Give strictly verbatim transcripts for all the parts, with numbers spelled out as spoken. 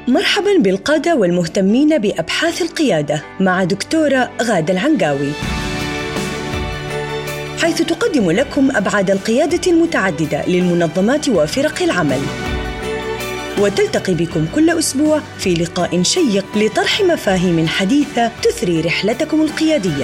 مرحباً بالقادة والمهتمين بأبحاث القيادة مع دكتورة غادة العنقاوي، حيث تقدم لكم أبعاد القيادة المتعددة للمنظمات وفرق العمل، وتلتقي بكم كل أسبوع في لقاء شيق لطرح مفاهيم حديثة تثري رحلتكم القيادية.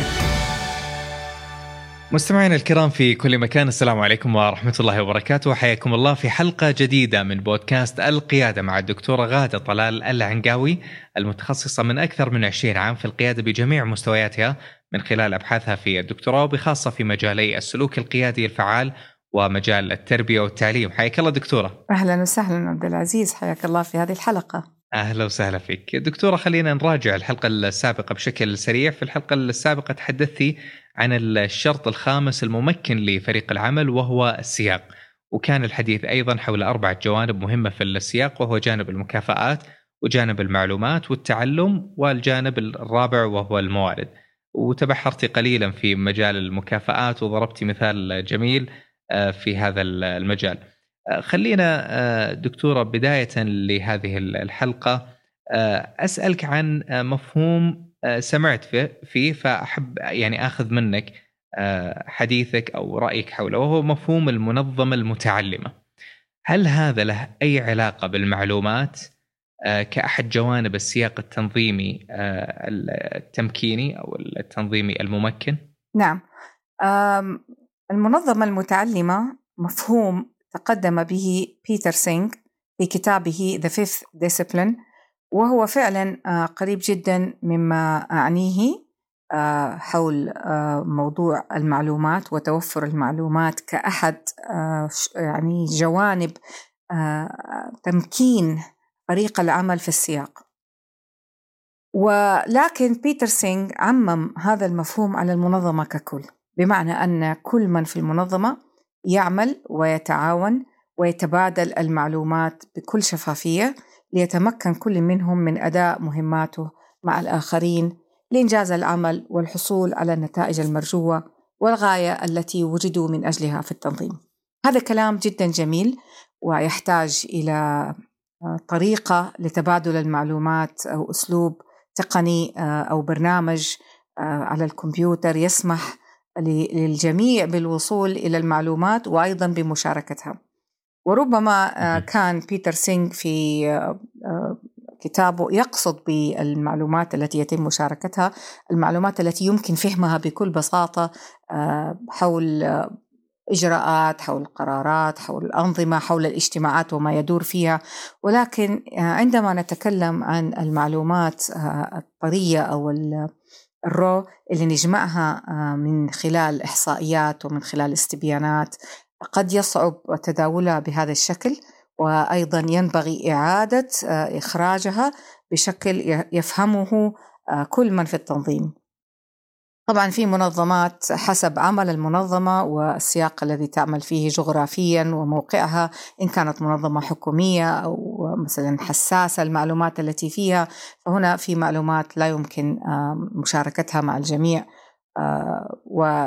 مستمعينا الكرام في كل مكان، السلام عليكم ورحمة الله وبركاته. حياكم الله في حلقة جديدة من بودكاست القيادة مع الدكتورة غادة طلال العنقاوي، المتخصصة من أكثر من عشرين عام في القيادة بجميع مستوياتها من خلال أبحاثها في الدكتوراه، وبخاصة في مجالي السلوك القيادي الفعال ومجال التربية والتعليم. حياك الله دكتورة. أهلا وسهلا عبد العزيز، حياك الله في هذه الحلقة. أهلا وسهلا فيك دكتورة. خلينا نراجع الحلقة السابقة بشكل سريع. في الحلقة السابقة تحدثتي عن الشرط الخامس الممكن لفريق العمل وهو السياق، وكان الحديث أيضا حول أربعة جوانب مهمة في السياق، وهو جانب المكافآت وجانب المعلومات والتعلم والجانب الرابع وهو الموارد. وتبحرتي قليلا في مجال المكافآت وضربتي مثال جميل في هذا المجال. خلينا دكتورة بداية لهذه الحلقة أسألك عن مفهوم سمعت فيه، فأحب يعني أخذ منك حديثك أو رأيك حوله، وهو مفهوم المنظمة المتعلمة. هل هذا له أي علاقة بالمعلومات كأحد جوانب السياق التنظيمي التمكيني أو التنظيمي الممكن؟ نعم، المنظمة المتعلمة مفهوم تقدم به بيتر سينغ في كتابه The Fifth Discipline، وهو فعلا قريب جدا مما أعنيه حول موضوع المعلومات وتوفر المعلومات كأحد يعني جوانب تمكين فريق العمل في السياق. ولكن بيتر سينغ عمم هذا المفهوم على المنظمة ككل، بمعنى أن كل من في المنظمة يعمل ويتعاون ويتبادل المعلومات بكل شفافية ليتمكن كل منهم من أداء مهماته مع الآخرين لإنجاز العمل والحصول على النتائج المرجوة والغاية التي وجدوا من أجلها في التنظيم. هذا كلام جدا جميل، ويحتاج إلى طريقة لتبادل المعلومات أو أسلوب تقني أو برنامج على الكمبيوتر يسمح للجميع بالوصول إلى المعلومات وأيضا بمشاركتها. وربما كان بيتر سينغ في كتابه يقصد بالمعلومات التي يتم مشاركتها المعلومات التي يمكن فهمها بكل بساطة حول إجراءات، حول قرارات، حول الأنظمة، حول الاجتماعات وما يدور فيها. ولكن عندما نتكلم عن المعلومات الطرية أو الرو اللي نجمعها من خلال إحصائيات ومن خلال استبيانات، قد يصعب تداولها بهذا الشكل، وأيضا ينبغي إعادة إخراجها بشكل يفهمه كل من في التنظيم. طبعا في منظمات حسب عمل المنظمة والسياق الذي تعمل فيه جغرافيا وموقعها، إن كانت منظمة حكومية أو مثلا حساسة المعلومات التي فيها، فهنا في معلومات لا يمكن مشاركتها مع الجميع، و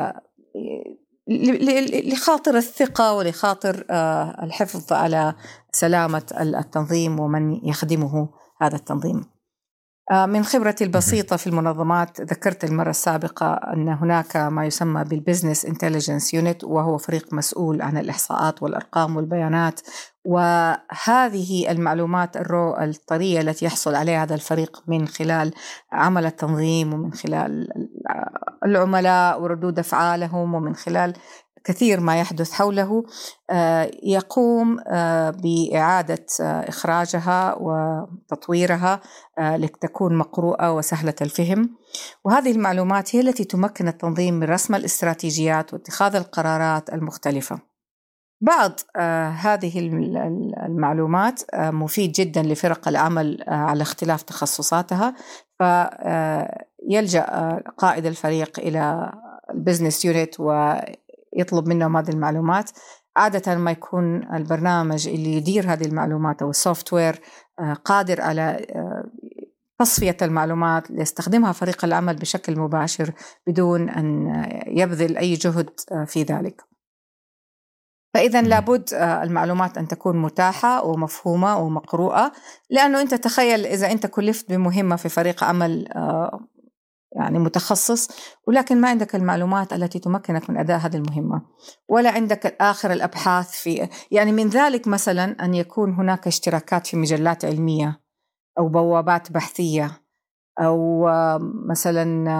لخاطر الثقة ولخاطر الحفظ على سلامة التنظيم ومن يخدمه هذا التنظيم. من خبرتي البسيطة في المنظمات ذكرت المرة السابقة أن هناك ما يسمى بالبزنس انتليجنس يونت، وهو فريق مسؤول عن الإحصاءات والأرقام والبيانات، وهذه المعلومات الرو الطرية التي يحصل عليها هذا الفريق من خلال عمل التنظيم ومن خلال العملاء وردود أفعالهم ومن خلال كثير ما يحدث حوله، يقوم بإعادة إخراجها وتطويرها لتكون مقروءة وسهلة الفهم. وهذه المعلومات هي التي تمكن التنظيم من رسم الاستراتيجيات واتخاذ القرارات المختلفة. بعض هذه المعلومات مفيد جدا لفرق العمل على اختلاف تخصصاتها، فيلجأ قائد الفريق إلى البزنس يونت و يطلب منهم هذه المعلومات. عادة ما يكون البرنامج اللي يدير هذه المعلومات أو السوفت وير قادر على تصفية المعلومات ليستخدمها فريق العمل بشكل مباشر بدون أن يبذل أي جهد في ذلك. فإذا لابد المعلومات أن تكون متاحة ومفهومة ومقروءة، لأنه أنت تخيل إذا أنت كلفت بمهمة في فريق عمل يعني متخصص، ولكن ما عندك المعلومات التي تمكنك من أداء هذه المهمة، ولا عندك آخر الأبحاث في، يعني من ذلك مثلا أن يكون هناك اشتراكات في مجلات علمية أو بوابات بحثية، أو مثلا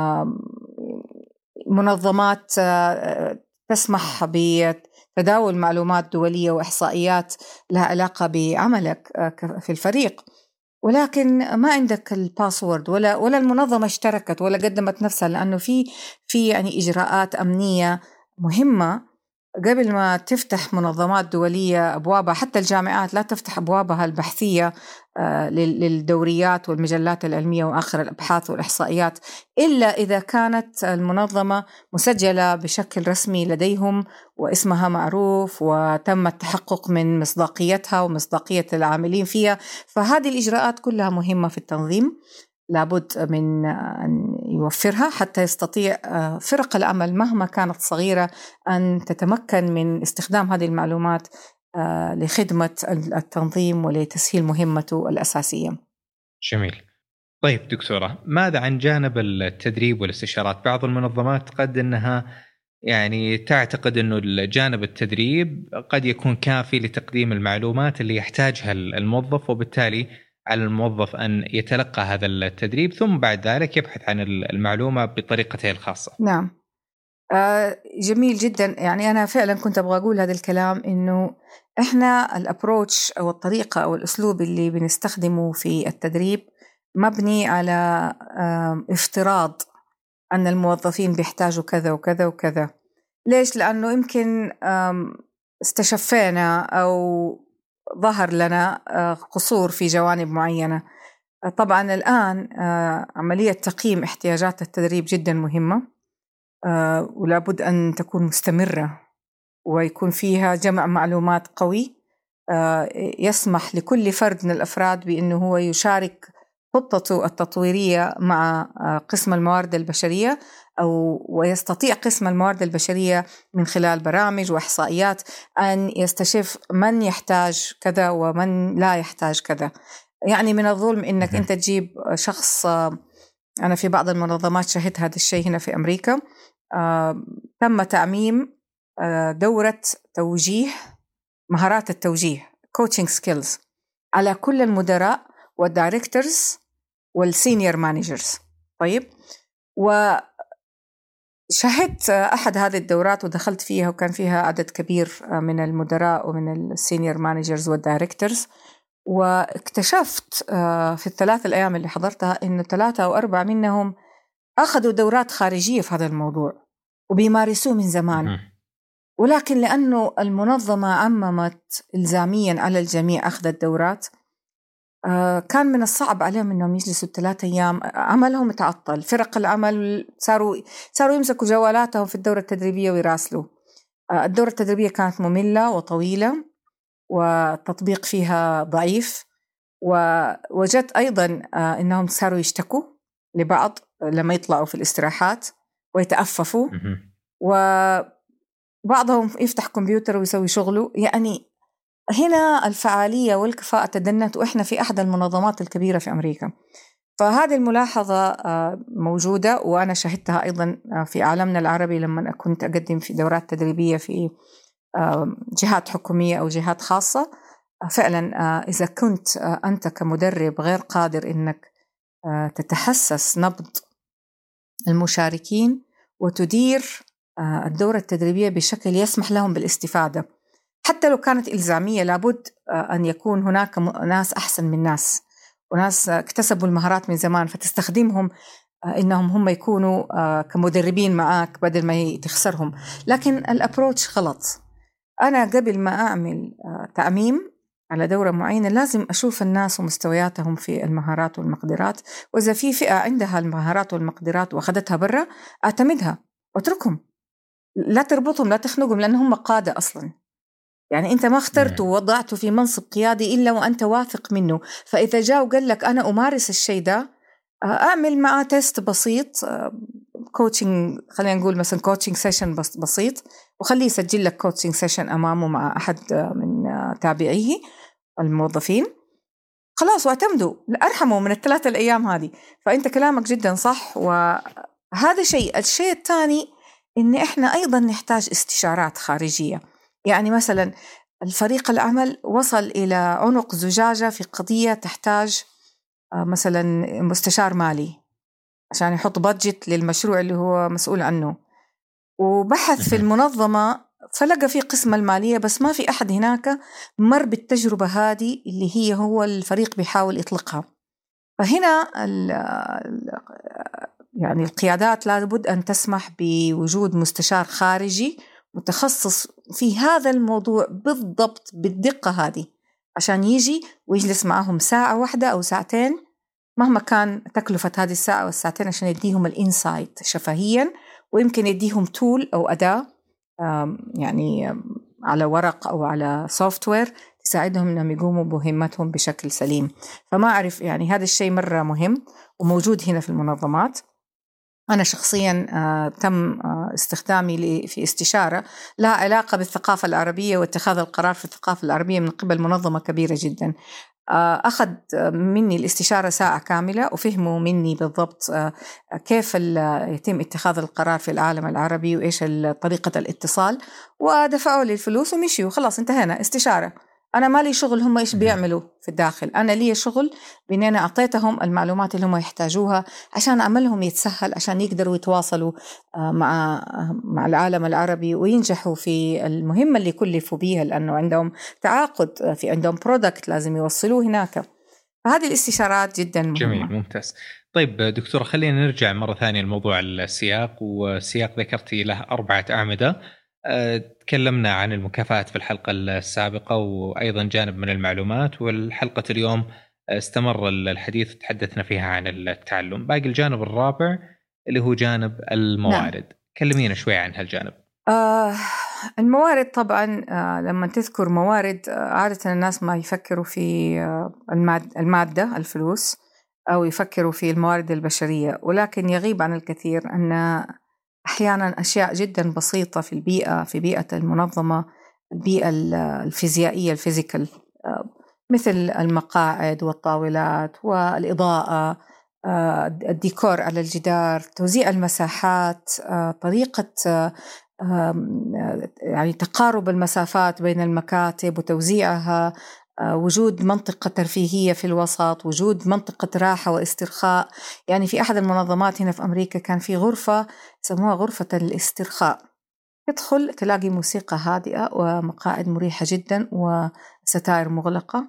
منظمات تسمح بتداول معلومات دولية وإحصائيات لها علاقة بعملك في الفريق، ولكن ما عندك الباسورد ولا ولا المنظمة اشتركت ولا قدمت نفسها، لأنه في في يعني إجراءات أمنية مهمة قبل ما تفتح منظمات دولية أبوابها. حتى الجامعات لا تفتح أبوابها البحثية للدوريات والمجلات العلمية وآخر الأبحاث والإحصائيات إلا إذا كانت المنظمة مسجلة بشكل رسمي لديهم واسمها معروف وتم التحقق من مصداقيتها ومصداقية العاملين فيها. فهذه الإجراءات كلها مهمة في التنظيم، لابد من أن يوفرها حتى يستطيع فرق العمل مهما كانت صغيرة أن تتمكن من استخدام هذه المعلومات لخدمة التنظيم ولتسهيل مهمته الأساسية. جميل. طيب دكتورة، ماذا عن جانب التدريب والاستشارات؟ بعض المنظمات قد أنها يعني تعتقد أنه الجانب التدريب قد يكون كافي لتقديم المعلومات اللي يحتاجها الموظف، وبالتالي على الموظف أن يتلقى هذا التدريب ثم بعد ذلك يبحث عن المعلومة بطريقته الخاصة. نعم، آه جميل جدا. يعني أنا فعلا كنت أبغى أقول هذا الكلام، إنه إحنا الأبروتش أو الطريقة أو الأسلوب اللي بنستخدمه في التدريب مبني على آه افتراض أن الموظفين بيحتاجوا كذا وكذا وكذا. ليش؟ لأنه يمكن استشفينا أو ظهر لنا قصور في جوانب معينة. طبعا الآن عملية تقييم احتياجات التدريب جدا مهمة، ولابد أن تكون مستمرة ويكون فيها جمع معلومات قوي يسمح لكل فرد من الأفراد بأنه هو يشارك خطته التطويرية مع قسم الموارد البشرية، أو ويستطيع قسم الموارد البشرية من خلال برامج وإحصائيات أن يستشف من يحتاج كذا ومن لا يحتاج كذا. يعني من الظلم إنك أنت تجيب شخص، أنا في بعض المنظمات شهدت هذا الشيء هنا في أمريكا، تم تعميم دورة توجيه مهارات التوجيه coaching skills على كل المدراء والدايركتورز والسينيور مانجرز. طيب، وشاهدت أحد هذه الدورات ودخلت فيها وكان فيها عدد كبير من المدراء ومن السينيور مانجرز والدايركتورز، واكتشفت في الثلاث الأيام اللي حضرتها إنه ثلاثة أو أربعة منهم أخذوا دورات خارجية في هذا الموضوع وبيمارسوه من زمان، ولكن لأنه المنظمة عممت إلزاميا على الجميع أخذ الدورات، كان من الصعب عليهم إنهم يجلسوا الثلاثة أيام، عملهم تعطل. فرق العمل صاروا صاروا يمسكوا جوالاتهم في الدورة التدريبية ويراسلوا. الدورة التدريبية كانت مملة وطويلة والتطبيق فيها ضعيف، ووجدت أيضا إنهم صاروا يشتكوا لبعض لما يطلعوا في الاستراحات ويتأففوا، وبعضهم يفتح كمبيوتر ويسوي شغله. يعني هنا الفعالية والكفاءة تدنت، وإحنا في أحد المنظمات الكبيرة في أمريكا. فهذه الملاحظة موجودة وأنا شهدتها أيضا في عالمنا العربي لما كنت أقدم في دورات تدريبية في جهات حكومية أو جهات خاصة. فعلا إذا كنت أنت كمدرب غير قادر إنك تتحسس نبض المشاركين وتدير الدورة التدريبية بشكل يسمح لهم بالاستفادة، حتى لو كانت إلزامية، لابد أن يكون هناك ناس أحسن من ناس وناس اكتسبوا المهارات من زمان فتستخدمهم إنهم هم يكونوا كمدربين معاك بدل ما تخسرهم. لكن الأبروتش غلط. أنا قبل ما أعمل تعميم على دورة معينة لازم أشوف الناس ومستوياتهم في المهارات والمقدرات، وإذا في فئة عندها المهارات والمقدرات وأخذتها برا أعتمدها واتركهم، لا تربطهم لا تخنقهم، لأنهم قادة أصلاً. يعني أنت ما اخترته ووضعته في منصب قيادي إلا وأنت واثق منه. فإذا جاء وقال لك أنا أمارس الشيء ده، أعمل معاه تيست بسيط، كوتشنج، خلينا نقول مثلا كوتشنج سيشن بسيط، وخليه يسجل لك كوتشنج سيشن أمامه مع أحد من تابعيه الموظفين، خلاص واعتمدوا، أرحموا من الثلاثة الأيام هذه. فأنت كلامك جدا صح. وهذا شيء. الشيء الثاني إن إحنا أيضا نحتاج استشارات خارجية. يعني مثلا الفريق العمل وصل إلى عنق زجاجة في قضية تحتاج مثلا مستشار مالي عشان يحط بادجت للمشروع اللي هو مسؤول عنه، وبحث في المنظمة فلقى في قسم المالية بس ما في أحد هناك مر بالتجربة هذه اللي هي هو الفريق بيحاول يطلقها. فهنا يعني القيادات لابد أن تسمح بوجود مستشار خارجي متخصص في هذا الموضوع بالضبط بالدقة هذه، عشان يجي ويجلس معهم ساعة واحدة أو ساعتين مهما كان تكلفة هذه الساعة والساعتين، عشان يديهم الإنسايت شفهيا، ويمكن يديهم تول أو أداة يعني على ورق أو على سوفتوير تساعدهم أنهم يقوموا بمهمتهم بشكل سليم. فما أعرف يعني هذا الشيء مرة مهم وموجود هنا في المنظمات. أنا شخصياً آه تم آه استخدامي في استشارة لها علاقة بالثقافة العربية واتخاذ القرار في الثقافة العربية من قبل منظمة كبيرة جداً. آه أخذ مني الاستشارة ساعة كاملة وفهموا مني بالضبط آه كيف يتم اتخاذ القرار في العالم العربي وإيش طريقة الاتصال، ودفعوا لي الفلوس ومشيوا، خلاص انتهينا استشارة. أنا ما لي شغل هم إيش بيعملوا في الداخل، أنا لي شغل بإن أنا أعطيتهم المعلومات اللي هم يحتاجوها عشان عملهم يتسهل، عشان يقدروا يتواصلوا مع مع العالم العربي وينجحوا في المهمة اللي كلفوا بيها، لأنه عندهم تعاقد، في عندهم برودكت لازم يوصلوه هناك. فهذه الاستشارات جدا مهمة. جميل، ممتاز. طيب دكتورة، خلينا نرجع مرة ثانية لموضوع السياق. والسياق ذكرتي له أربعة أعمدة، تكلمنا عن المكافآت في الحلقة السابقة وأيضا جانب من المعلومات، والحلقة اليوم استمر الحديث تحدثنا فيها عن التعلم. باقي الجانب الرابع اللي هو جانب الموارد. نعم. كلمينا شوي عن هالجانب. آه الموارد طبعا آه لما تذكر موارد آه عادة الناس ما يفكروا في آه الماد المادة الفلوس، أو يفكروا في الموارد البشرية، ولكن يغيب عن الكثير أن أحياناً أشياء جداً بسيطة في البيئة في بيئة المنظمة، البيئة الفيزيائية الفيزيكال، مثل المقاعد والطاولات والإضاءة، الديكور على الجدار، توزيع المساحات، طريقة يعني تقارب المسافات بين المكاتب وتوزيعها، وجود منطقة ترفيهية في الوسط، وجود منطقة راحة واسترخاء. يعني في أحد المنظمات هنا في أمريكا كان في غرفة يسموها غرفة الاسترخاء، تدخل تلاقي موسيقى هادئة ومقاعد مريحة جدا وستائر مغلقة،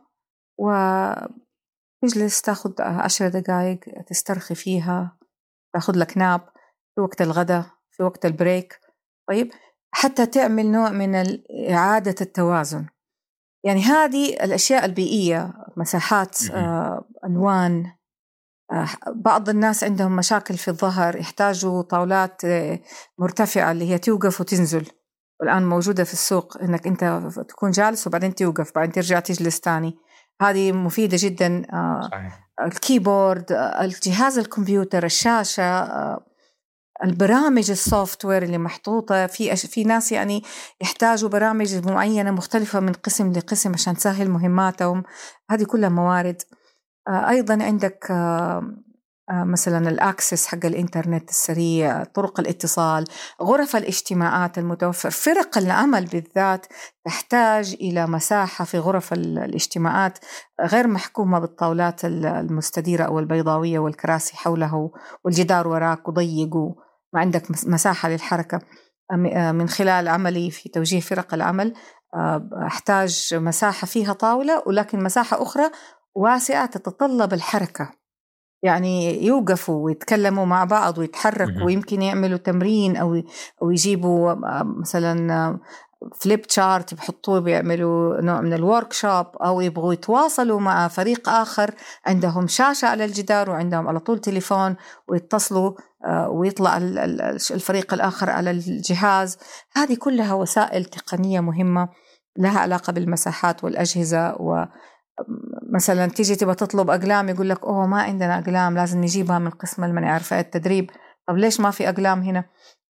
وتجلس تاخد عشر دقائق تسترخي فيها، تاخد لك ناب في وقت الغداء، في وقت البريك. طيب حتى تعمل نوع من إعادة التوازن. يعني هذه الأشياء البيئية، مساحات، آه، ألوان. آه، بعض الناس عندهم مشاكل في الظهر، يحتاجوا طاولات آه، مرتفعة اللي هي توقف وتنزل، والآن موجودة في السوق، إنك أنت تكون جالس وبعدين توقف بعدين ترجع تجلس تاني. هذه مفيدة جدا. آه، الكيبورد، آه، الجهاز الكمبيوتر، الشاشة، آه، البرامج السوفت وير اللي محطوطة في أش... في ناس يعني يحتاجوا برامج معينة مختلفة من قسم لقسم عشان تسهل مهماتهم. هذه كلها موارد. آه أيضا عندك آه آه مثلا الأكسس حق الإنترنت السريع، طرق الاتصال، غرف الاجتماعات المتوفر. فرق العمل بالذات تحتاج إلى مساحة في غرف الاجتماعات غير محكومة بالطاولات المستديرة أو البيضاوية والكراسي حوله والجدار وراك وضيق، ما عندك مساحة للحركة. من خلال عملي في توجيه فرق العمل أحتاج مساحة فيها طاولة، ولكن مساحة أخرى واسعة تتطلب الحركة، يعني يوقفوا ويتكلموا مع بعض ويتحركوا، ويمكن يعملوا تمرين أو أو يجيبوا مثلا فليب شارت بحطوه بيعملوا نوع من الوركشوب، أو يبغوا يتواصلوا مع فريق آخر عندهم شاشة على الجدار وعندهم على طول تليفون ويتصلوا ويطلع الفريق الآخر على الجهاز. هذه كلها وسائل تقنية مهمة لها علاقة بالمساحات والأجهزة. ومثلا تيجي تبغى تطلب أقلام يقول لك أوه ما عندنا أقلام، لازم نجيبها من قسم المني عارفة التدريب. طب ليش ما في أقلام هنا؟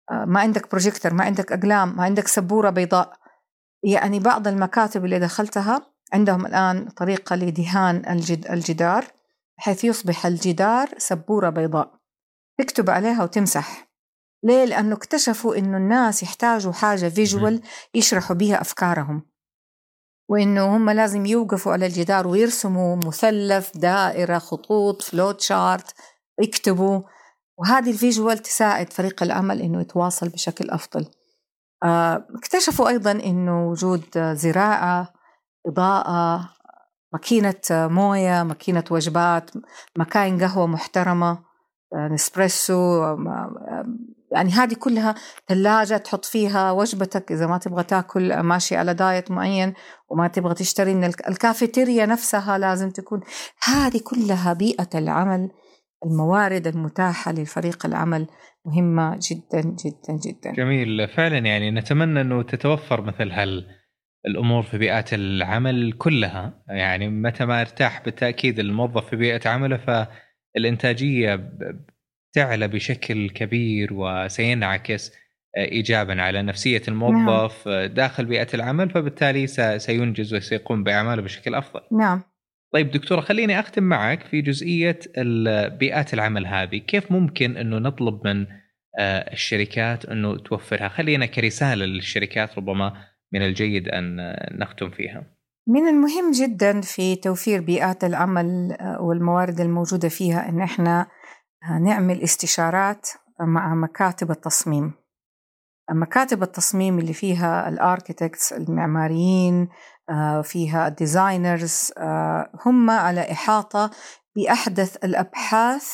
ما عندك بروجيكتور، ما عندك أقلام، ما عندك سبورة بيضاء. يعني بعض المكاتب اللي دخلتها عندهم الآن طريقة لدهان الجد الجدار بحيث يصبح الجدار سبورة بيضاء تكتب عليها وتمسح. ليه؟ لأنه اكتشفوا إنه الناس يحتاجوا حاجة فيجوال يشرحوا بيها أفكارهم، وإنه هم لازم يوقفوا على الجدار ويرسموا مثلث، دائرة، خطوط، فلوت شارت، يكتبوا، وهذه الفيجوال تساعد فريق العمل إنه يتواصل بشكل أفضل. اكتشفوا أيضاً إنه وجود زراعة، إضاءة، ماكينة موية، ماكينة وجبات، مكاين قهوة محترمة، نسبريسو، يعني هذه كلها، ثلاجة تحط فيها وجبتك إذا ما تبغى تاكل ماشي على دايت معين وما تبغى تشتري من الكافيتيريا نفسها لازم تكون. هذه كلها بيئة العمل، الموارد المتاحة للفريق العمل مهمة جدا جدا جدا. جميل فعلا. يعني نتمنى أنه تتوفر مثل هالأمور في بيئات العمل كلها. يعني متى ما ارتاح بالتأكيد الموظف في بيئة عمله فالإنتاجية تعلى بشكل كبير وسينعكس إيجابا على نفسية الموظف نعم. داخل بيئة العمل، فبالتالي سينجز وسيقوم بأعماله بشكل أفضل. نعم. طيب دكتورة، خليني أختم معك في جزئية بيئات العمل هذه. كيف ممكن أنه نطلب من الشركات أنه توفرها؟ خلينا كرسالة للشركات ربما من الجيد أن نختم فيها. من المهم جدا في توفير بيئات العمل والموارد الموجودة فيها أن احنا نعمل استشارات مع مكاتب التصميم. مكاتب التصميم اللي فيها الاركيتكتس، المعماريين، فيها الديزاينرز، هم على إحاطة بأحدث الأبحاث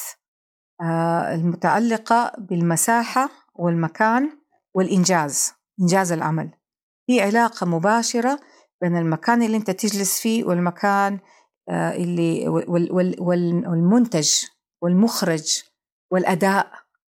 المتعلقة بالمساحة والمكان والإنجاز، إنجاز العمل. في علاقة مباشرة بين المكان اللي أنت تجلس فيه والمكان اللي والمنتج والمخرج والأداء.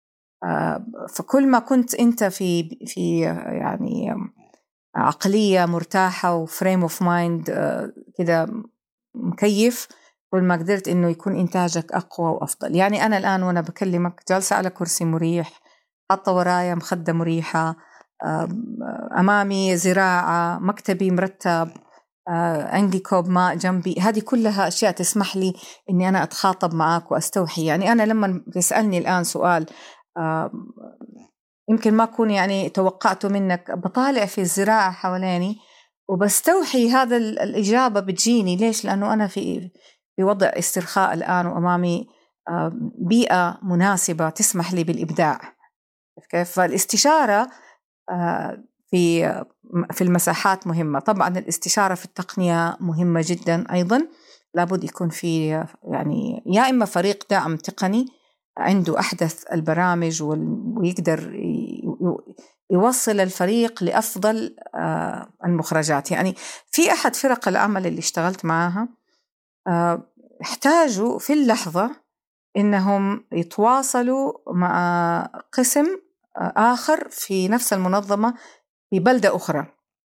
فكل ما كنت أنت في في يعني عقلية مرتاحة وفريم اوف مايند كده مكيف، كل ما قدرت إنه يكون إنتاجك أقوى وأفضل. يعني أنا الآن وأنا بكلمك جالسة على كرسي مريح، حاطة ورايا مخدة مريحة، أمامي زراعة، مكتبي مرتب، عندي كوب ماء جنبي. هذه كلها أشياء تسمح لي إني أنا أتخاطب معاك وأستوحي. يعني أنا لما بيسألني الآن سؤال يمكن ما أكون يعني توقعته منك، بطالع في الزراعة حواليني وبستوحي هذا الإجابة بتجيني. ليش؟ لأنه أنا في في وضع استرخاء الآن وأمامي بيئة مناسبة تسمح لي بالإبداع. كيف؟ فالاستشارة في في المساحات مهمة. طبعا الاستشارة في التقنية مهمة جدا أيضا. لابد يكون في يعني يا إما فريق دعم تقني عنده أحدث البرامج ويقدر يوصل الفريق لأفضل المخرجات. يعني في أحد فرق العمل اللي اشتغلت معاها احتاجوا في اللحظة إنهم يتواصلوا مع قسم آخر في نفس المنظمة في بلدة أخرى،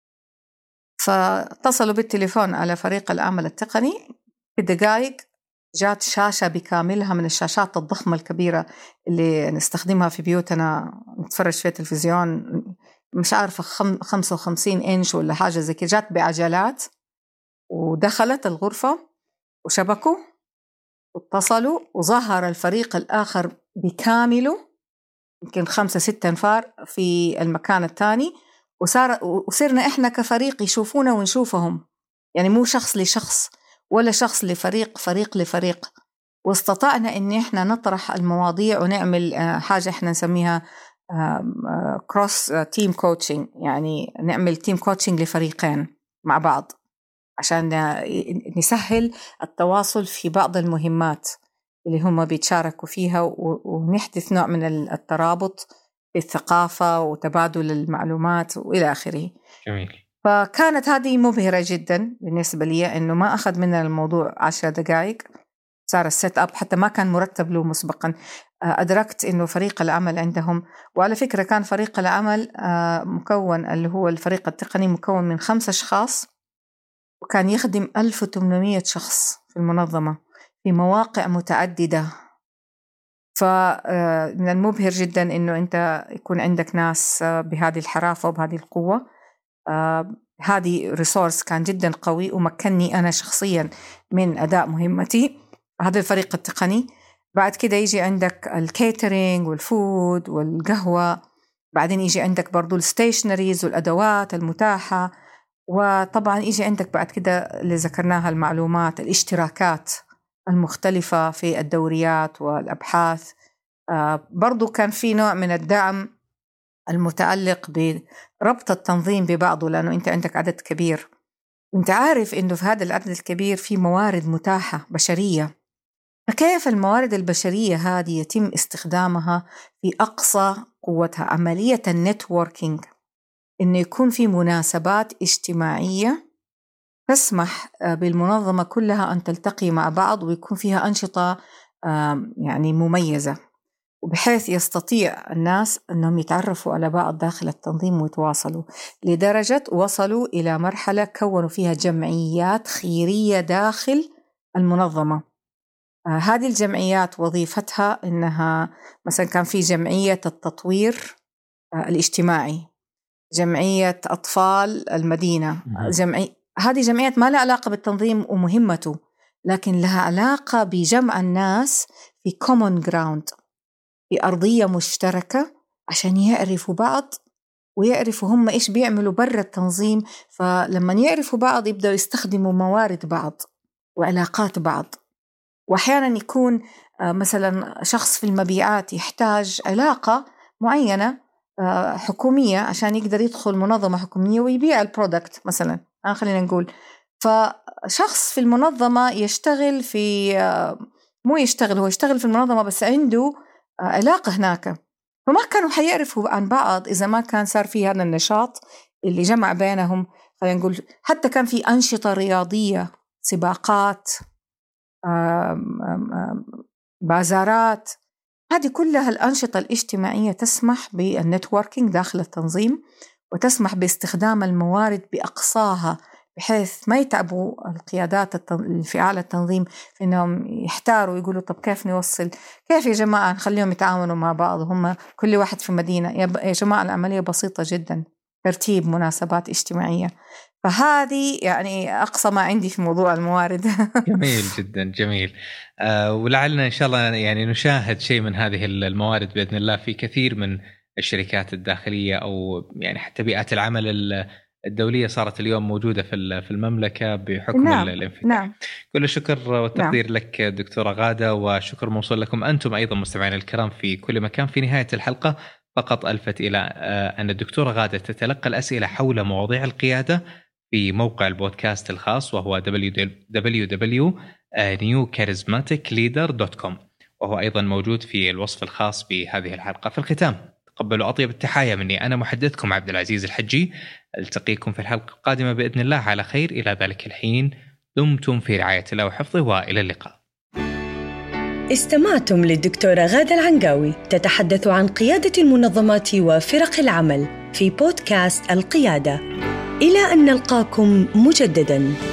فاتصلوا بالتليفون على فريق العمل التقني. في دقائق جات شاشة بكاملها من الشاشات الضخمة الكبيرة اللي نستخدمها في بيوتنا نتفرج فيها تلفزيون، مش عارفة خمسة وخمسين إنش ولا حاجة زي كده، جات بعجلات ودخلت الغرفة وشبكوا واتصلوا وظهر الفريق الآخر بكامله، يمكن خمسة ستة انفار في المكان الثاني، وصار وصرنا إحنا كفريق يشوفونا ونشوفهم. يعني مو شخص لشخص ولا شخص لفريق، فريق لفريق. واستطعنا إن إحنا نطرح المواضيع ونعمل حاجة إحنا نسميها كروس تيم كوتشنج، يعني نعمل تيم كوتشنج لفريقين مع بعض عشان نسهل التواصل في بعض المهمات اللي هم بيتشاركوا فيها، ونحدث نوع من الترابط في الثقافة وتبادل المعلومات وإلى آخره. جميل. فكانت هذه مبهرة جدا بالنسبة لي، إنه ما أخذ منا الموضوع عشر دقائق، صار السيت أب حتى ما كان مرتب له مسبقا. أدركت إنه فريق العمل عندهم، وعلى فكرة كان فريق العمل مكون، اللي هو الفريق التقني، مكون من خمسة أشخاص، وكان يخدم ألف وثمانمائة شخص في المنظمة في مواقع متعددة. فمن المبهر جدا إنه أنت يكون عندك ناس بهذه الحرافة وبهذه القوة. هذه ريسورس كان جدا قوي ومكنني أنا شخصيا من أداء مهمتي. هذا الفريق التقني. بعد كده يجي عندك الكيترينج والفود والقهوة، بعدين يجي عندك برضو الستيشنريز والأدوات المتاحة، وطبعا يجي عندك بعد كده اللي ذكرناها المعلومات، الاشتراكات المختلفة في الدوريات والأبحاث. آه برضو كان في نوع من الدعم المتعلق بربط التنظيم ببعضه، لأنه أنت عندك عدد كبير وأنت عارف أنه في هذا العدد الكبير في موارد متاحة بشرية، فكيف الموارد البشرية هذه يتم استخدامها في أقصى قوتها؟ عملية النتوركينج، إنه يكون في مناسبات اجتماعية تسمح بالمنظمة كلها أن تلتقي مع بعض ويكون فيها أنشطة يعني مميزة، وبحيث يستطيع الناس أنهم يتعرفوا على بعض داخل التنظيم ويتواصلوا، لدرجة وصلوا إلى مرحلة كونوا فيها جمعيات خيرية داخل المنظمة. آه هذه الجمعيات وظيفتها إنها مثلا كان في جمعية التطوير آه الاجتماعي، جمعية أطفال المدينة، جمعية هذه جمعيات ما لها علاقة بالتنظيم ومهمته، لكن لها علاقة بجمع الناس في common ground، في أرضية مشتركة عشان يعرفوا بعض ويعرفوا هم إيش بيعملوا برا التنظيم. فلما يعرفوا بعض يبدأوا يستخدموا موارد بعض وعلاقات بعض. وأحيانا يكون مثلا شخص في المبيعات يحتاج علاقة معينة حكومية عشان يقدر يدخل منظمة حكومية ويبيع البرودكت مثلا، خلينا نقول. فشخص في المنظمة يشتغل في مو يشتغل هو يشتغل في المنظمة بس عنده علاقة هناك، فما كانوا حيعرفوا عن بعض إذا ما كان صار في هذا النشاط اللي جمع بينهم. خلينا نقول حتى كان في أنشطة رياضية، سباقات، آم آم بازارات، هذه كلها الأنشطة الاجتماعية تسمح بالنتوركينج داخل التنظيم وتسمح باستخدام الموارد بأقصاها، بحيث ما يتعبوا القيادات الفعال التنظيم في أنهم يحتاروا يقولوا طب كيف نوصل، كيف يا جماعة نخليهم يتعاونوا مع بعض هم كل واحد في مدينة. يا جماعة العملية بسيطة جدا، ترتيب مناسبات اجتماعية. فهذه يعني أقصى ما عندي في موضوع الموارد. جميل جدا، جميل. آه ولعلنا إن شاء الله يعني نشاهد شيء من هذه الموارد بإذن الله في كثير من الشركات الداخلية، أو يعني حتى بيئات العمل الدولية صارت اليوم موجودة في في المملكة بحكم نعم. الانفتاح. نعم. كل الشكر والتقدير نعم. لك دكتورة غادة، وشكر موصول لكم أنتم أيضا مستمعين الكرام في كل مكان. في نهاية الحلقة فقط ألفت إلى أن الدكتورة غادة تتلقى الأسئلة حول مواضيع القيادة في موقع البودكاست الخاص وهو دبليو دبليو دبليو دوت نيو كاريزماتيك ليدر دوت كوم، وهو أيضا موجود في الوصف الخاص بهذه الحلقة. في الختام تقبلوا أطيب التحايا مني، أنا محدثكم عبد العزيز الحجي. ألتقيكم في الحلقة القادمة بإذن الله على خير. إلى ذلك الحين دمتم في رعاية الله وحفظه، وإلى اللقاء. استمعتم للدكتورة غادة العنقاوي تتحدث عن قيادة المنظمات وفرق العمل في بودكاست القيادة. إلى أن نلقاكم مجدداً.